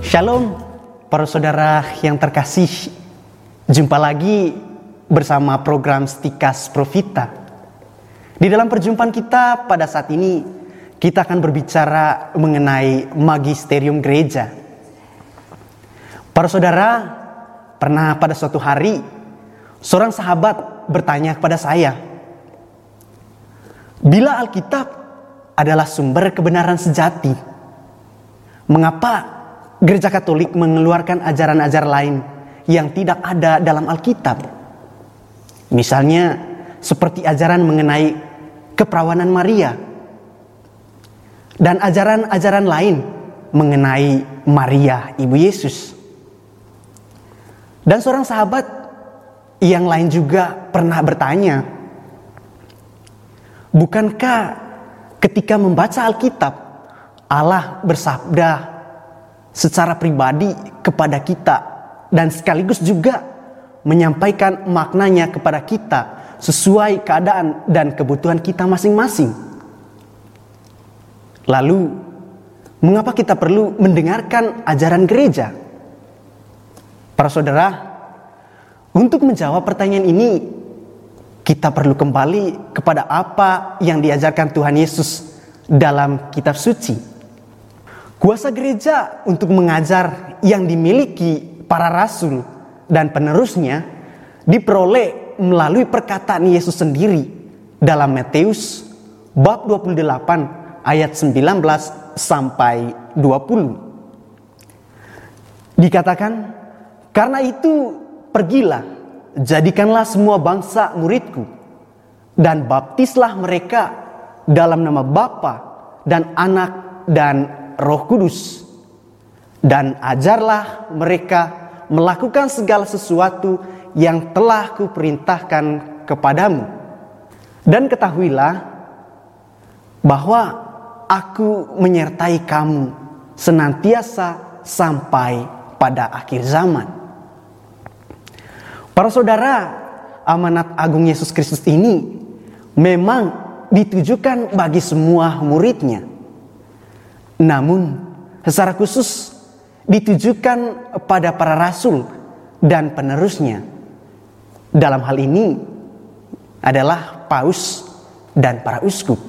Shalom, para saudara yang terkasih. Jumpa lagi bersama program Stikas Profita. Di dalam perjumpaan kita pada saat ini, kita akan berbicara mengenai magisterium gereja. Para saudara, pernah pada suatu hari, seorang sahabat bertanya kepada saya, bila Alkitab adalah sumber kebenaran sejati, mengapa Gereja Katolik mengeluarkan ajaran-ajaran lain yang tidak ada dalam Alkitab? Misalnya seperti ajaran mengenai keperawanan Maria dan ajaran-ajaran lain mengenai Maria Ibu Yesus. Dan seorang sahabat yang lain juga pernah bertanya, bukankah ketika membaca Alkitab Allah bersabda secara pribadi kepada kita dan sekaligus juga menyampaikan maknanya kepada kita sesuai keadaan dan kebutuhan kita masing-masing? Lalu, mengapa kita perlu mendengarkan ajaran gereja? Para saudara, untuk menjawab pertanyaan ini, kita perlu kembali kepada apa yang diajarkan Tuhan Yesus dalam kitab suci. Kuasa gereja untuk mengajar yang dimiliki para rasul dan penerusnya diperoleh melalui perkataan Yesus sendiri dalam Matius bab 28 ayat 19 sampai 20. Dikatakan, karena itu pergilah, jadikanlah semua bangsa muridku dan baptislah mereka dalam nama Bapa dan Anak dan Roh Kudus, dan ajarlah mereka melakukan segala sesuatu yang telah kuperintahkan kepadamu. Dan ketahuilah bahwa aku menyertai kamu senantiasa sampai pada akhir zaman. Para saudara, amanat agung Yesus Kristus ini memang ditujukan bagi semua muridnya. Namun, secara khusus ditujukan pada para rasul dan penerusnya. Dalam hal ini adalah paus dan para uskup.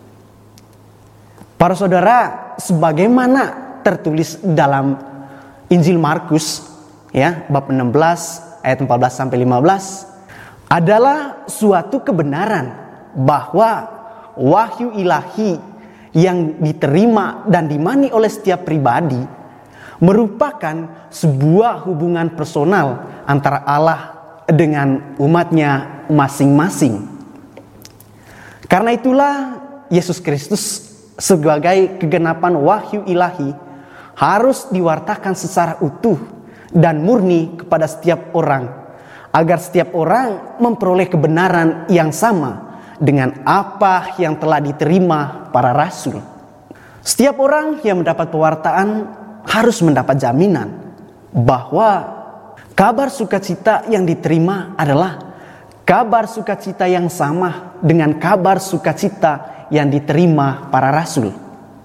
Para saudara, sebagaimana tertulis dalam Injil Markus, bab 16 ayat 14 sampai 15, adalah suatu kebenaran bahwa wahyu ilahi yang diterima dan dimani oleh setiap pribadi merupakan sebuah hubungan personal antara Allah dengan umatnya masing-masing. Karena itulah Yesus Kristus sebagai kegenapan wahyu ilahi harus diwartakan secara utuh dan murni kepada setiap orang, agar setiap orang memperoleh kebenaran yang sama dengan apa yang telah diterima para rasul. Setiap orang yang mendapat pewartaan harus mendapat jaminan bahwa kabar sukacita yang diterima adalah kabar sukacita yang sama dengan kabar sukacita yang diterima para rasul.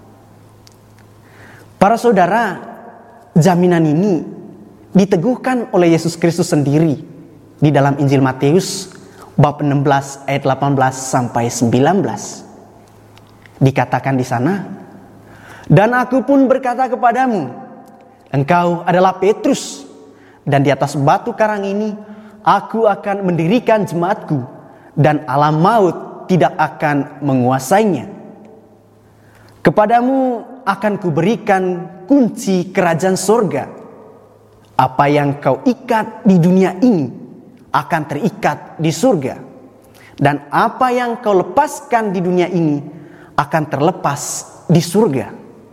Para saudara, jaminan ini diteguhkan oleh Yesus Kristus sendiri di dalam Injil Matius bab 16 ayat 18 sampai 19. Dikatakan di sana, dan aku pun berkata kepadamu, engkau adalah Petrus, dan di atas batu karang ini aku akan mendirikan jemaatku, dan alam maut tidak akan menguasainya. Kepadamu akan kuberikan kunci kerajaan sorga. Apa yang kau ikat di dunia ini akan terikat di surga, dan apa yang kau lepaskan di dunia ini akan terlepas di surga.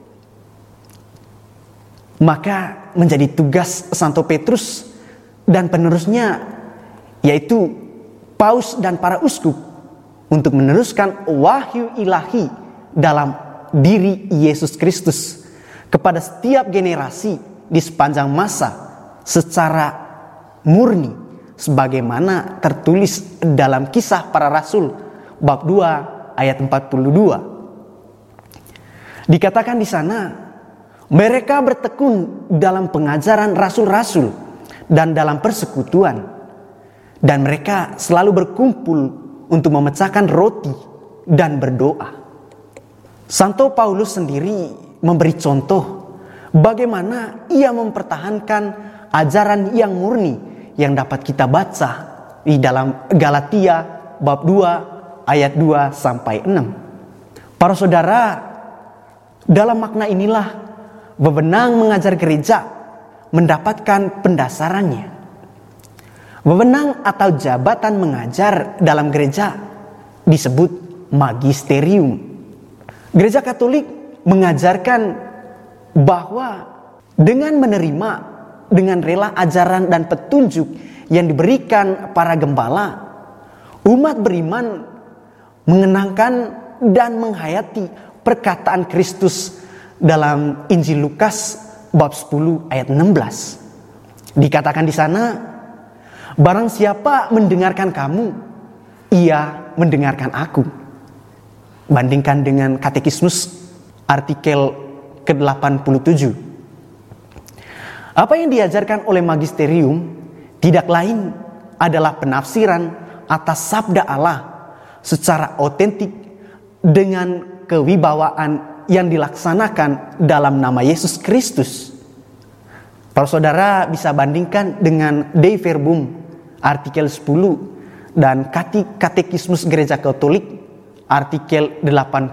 Maka menjadi tugas Santo Petrus dan penerusnya, yaitu paus dan para uskup, untuk meneruskan wahyu ilahi dalam diri Yesus Kristus kepada setiap generasi di sepanjang masa secara murni, sebagaimana tertulis dalam Kisah Para Rasul bab 2 ayat 42. Dikatakan di sana, Mereka bertekun dalam pengajaran rasul-rasul dan dalam persekutuan, dan mereka selalu berkumpul untuk memecahkan roti dan berdoa. Santo Paulus sendiri memberi contoh bagaimana ia mempertahankan ajaran yang murni yang dapat kita baca di dalam Galatia bab 2 ayat 2 sampai 6. Para saudara, dalam makna inilah wewenang mengajar gereja mendapatkan pendasarannya. Wewenang atau jabatan mengajar dalam gereja disebut magisterium. Gereja Katolik mengajarkan bahwa dengan menerima dengan rela ajaran dan petunjuk yang diberikan para gembala, umat beriman mengenangkan dan menghayati perkataan Kristus dalam Injil Lukas bab 10 ayat 16. Dikatakan di sana, barang siapa mendengarkan kamu, ia mendengarkan aku. Bandingkan dengan Katekismus artikel ke-87. Apa yang diajarkan oleh magisterium tidak lain adalah penafsiran atas sabda Allah secara otentik dengan kewibawaan yang dilaksanakan dalam nama Yesus Kristus. Para saudara bisa bandingkan dengan Dei Verbum artikel 10 dan Katekismus Gereja Katolik artikel 85.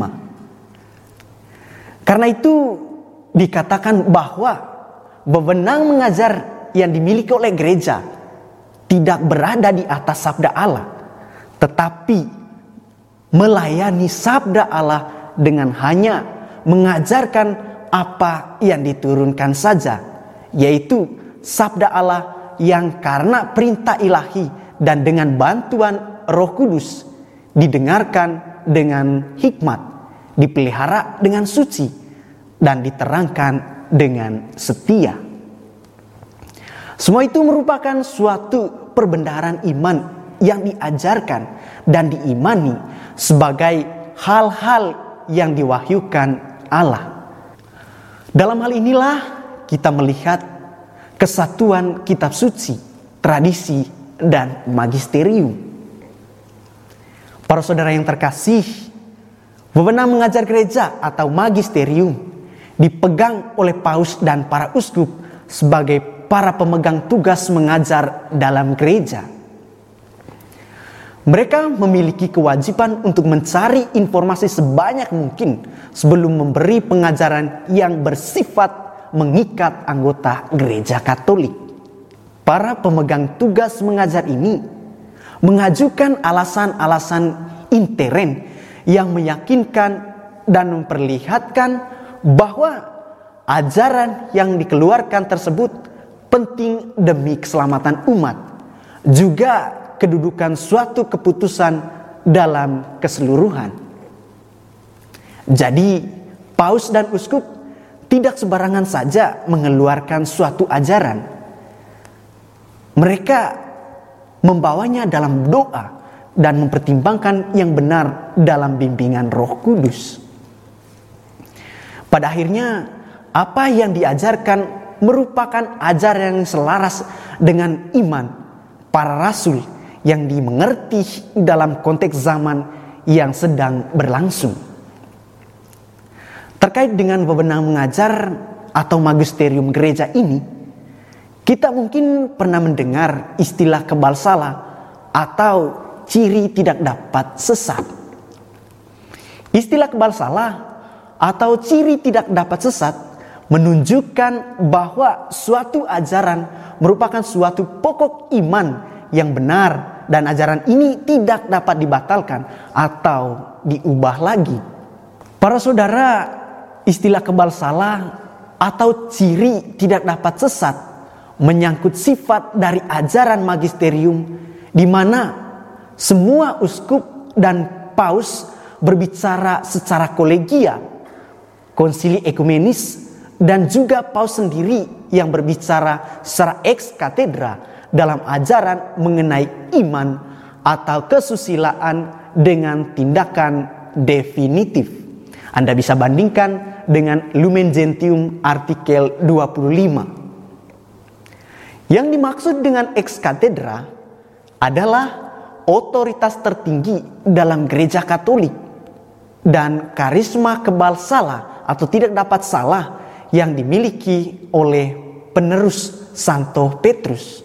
Karena itu dikatakan bahwa wewenang mengajar yang dimiliki oleh gereja tidak berada di atas sabda Allah, tetapi melayani sabda Allah dengan hanya mengajarkan apa yang diturunkan saja, yaitu sabda Allah yang karena perintah ilahi dan dengan bantuan Roh Kudus didengarkan dengan hikmat, dipelihara dengan suci, dan diterangkan dengan setia. Semua itu merupakan suatu perbendaharaan iman yang diajarkan dan diimani sebagai hal-hal yang diwahyukan Allah. Dalam hal inilah kita melihat kesatuan kitab suci, tradisi, dan magisterium. Para saudara yang terkasih, wewenang mengajar gereja atau magisterium dipegang oleh paus dan para uskup sebagai para pemegang tugas mengajar dalam gereja. Mereka memiliki kewajiban untuk mencari informasi sebanyak mungkin sebelum memberi pengajaran yang bersifat mengikat anggota gereja Katolik. Para pemegang tugas mengajar ini mengajukan alasan-alasan intern yang meyakinkan dan memperlihatkan bahwa ajaran yang dikeluarkan tersebut penting demi keselamatan umat, juga kedudukan suatu keputusan dalam keseluruhan. Jadi, paus dan uskup tidak sembarangan saja mengeluarkan suatu ajaran. Mereka membawanya dalam doa dan mempertimbangkan yang benar dalam bimbingan Roh Kudus. Pada akhirnya, apa yang diajarkan merupakan ajaran yang selaras dengan iman para rasul yang dimengerti dalam konteks zaman yang sedang berlangsung. Terkait dengan wewenang mengajar atau magisterium gereja ini, kita mungkin pernah mendengar istilah kebal salah atau ciri tidak dapat sesat. Istilah kebal salah atau ciri tidak dapat sesat menunjukkan bahwa suatu ajaran merupakan suatu pokok iman yang benar dan ajaran ini tidak dapat dibatalkan atau diubah lagi. Para saudara, istilah kebal salah atau ciri tidak dapat sesat menyangkut sifat dari ajaran magisterium di mana semua uskup dan paus berbicara secara kolegial, konsili ekumenis, dan juga paus sendiri yang berbicara secara ex katedra dalam ajaran mengenai iman atau kesusilaan dengan tindakan definitif Anda bisa bandingkan dengan Lumen Gentium artikel 25. Yang dimaksud dengan ex cathedra adalah otoritas tertinggi dalam gereja Katolik dan karisma kebal salah atau tidak dapat salah yang dimiliki oleh penerus Santo Petrus.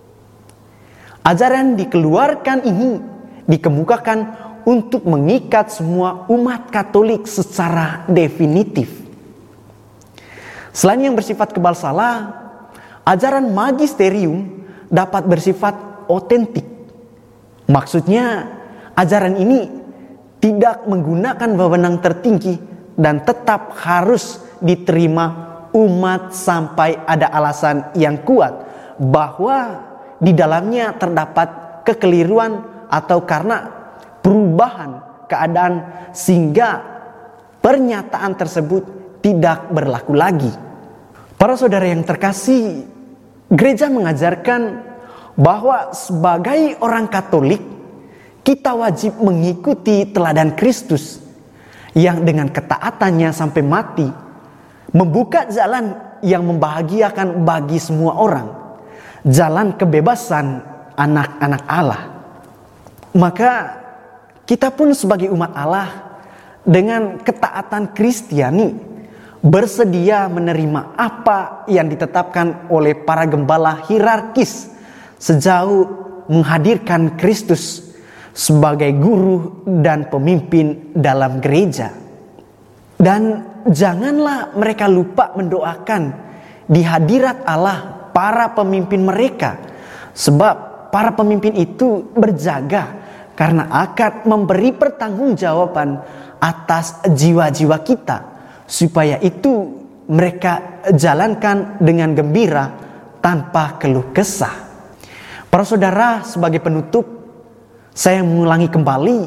Ajaran dikeluarkan ini dikemukakan untuk mengikat semua umat Katolik secara definitif. Selain yang bersifat kebal salah, ajaran magisterium dapat bersifat otentik. Maksudnya, ajaran ini tidak menggunakan wewenang tertinggi dan tetap harus diterima umat sampai ada alasan yang kuat bahwa di dalamnya terdapat kekeliruan atau karena perubahan keadaan sehingga pernyataan tersebut tidak berlaku lagi. Para saudara yang terkasih, gereja mengajarkan bahwa sebagai orang Katolik kita wajib mengikuti teladan Kristus yang dengan ketaatannya sampai mati membuka jalan yang membahagiakan bagi semua orang, jalan kebebasan anak-anak Allah. Maka kita pun sebagai umat Allah dengan ketaatan Kristiani bersedia menerima apa yang ditetapkan oleh para gembala hierarkis sejauh menghadirkan Kristus sebagai guru dan pemimpin dalam gereja. Dan janganlah mereka lupa mendoakan di hadirat Allah para pemimpin mereka, sebab para pemimpin itu berjaga karena akan memberi pertanggungjawaban atas jiwa-jiwa kita, supaya itu mereka jalankan dengan gembira tanpa keluh kesah. Para saudara, sebagai penutup, saya mengulangi kembali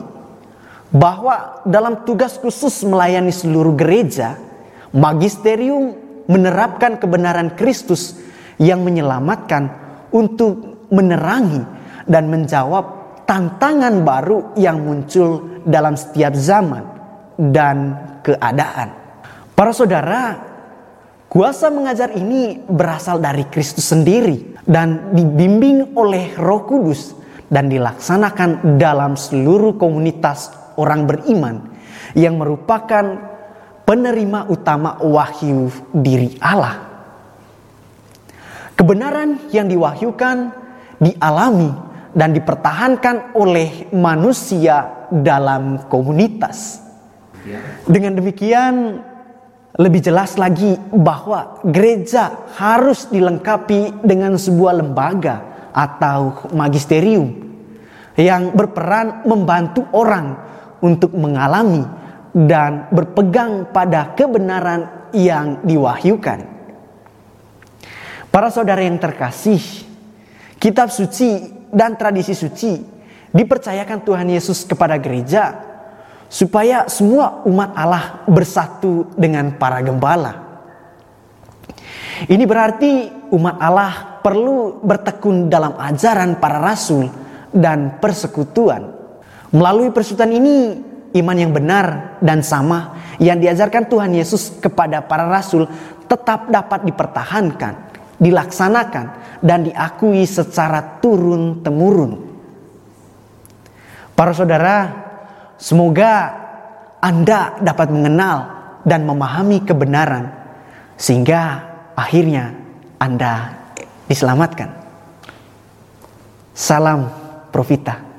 bahwa dalam tugas khusus melayani seluruh gereja, magisterium menerapkan kebenaran Kristus yang menyelamatkan untuk menerangi dan menjawab tantangan baru yang muncul dalam setiap zaman dan keadaan. Para saudara, kuasa mengajar ini berasal dari Kristus sendiri dan dibimbing oleh Roh Kudus dan dilaksanakan dalam seluruh komunitas orang beriman yang merupakan penerima utama wahyu diri Allah. Kebenaran yang diwahyukan dialami dan dipertahankan oleh manusia dalam komunitas. Dengan demikian, lebih jelas lagi bahwa gereja harus dilengkapi dengan sebuah lembaga atau magisterium yang berperan membantu orang untuk mengalami dan berpegang pada kebenaran yang diwahyukan. Para saudara yang terkasih, kitab suci dan tradisi suci dipercayakan Tuhan Yesus kepada gereja supaya semua umat Allah bersatu dengan para gembala. Ini berarti umat Allah perlu bertekun dalam ajaran para rasul dan persekutuan. Melalui persekutuan ini, iman yang benar dan sama yang diajarkan Tuhan Yesus kepada para rasul tetap dapat dipertahankan, dilaksanakan, dan diakui secara turun-temurun. Para saudara, semoga Anda dapat mengenal dan memahami kebenaran sehingga akhirnya Anda diselamatkan. Salam Profita.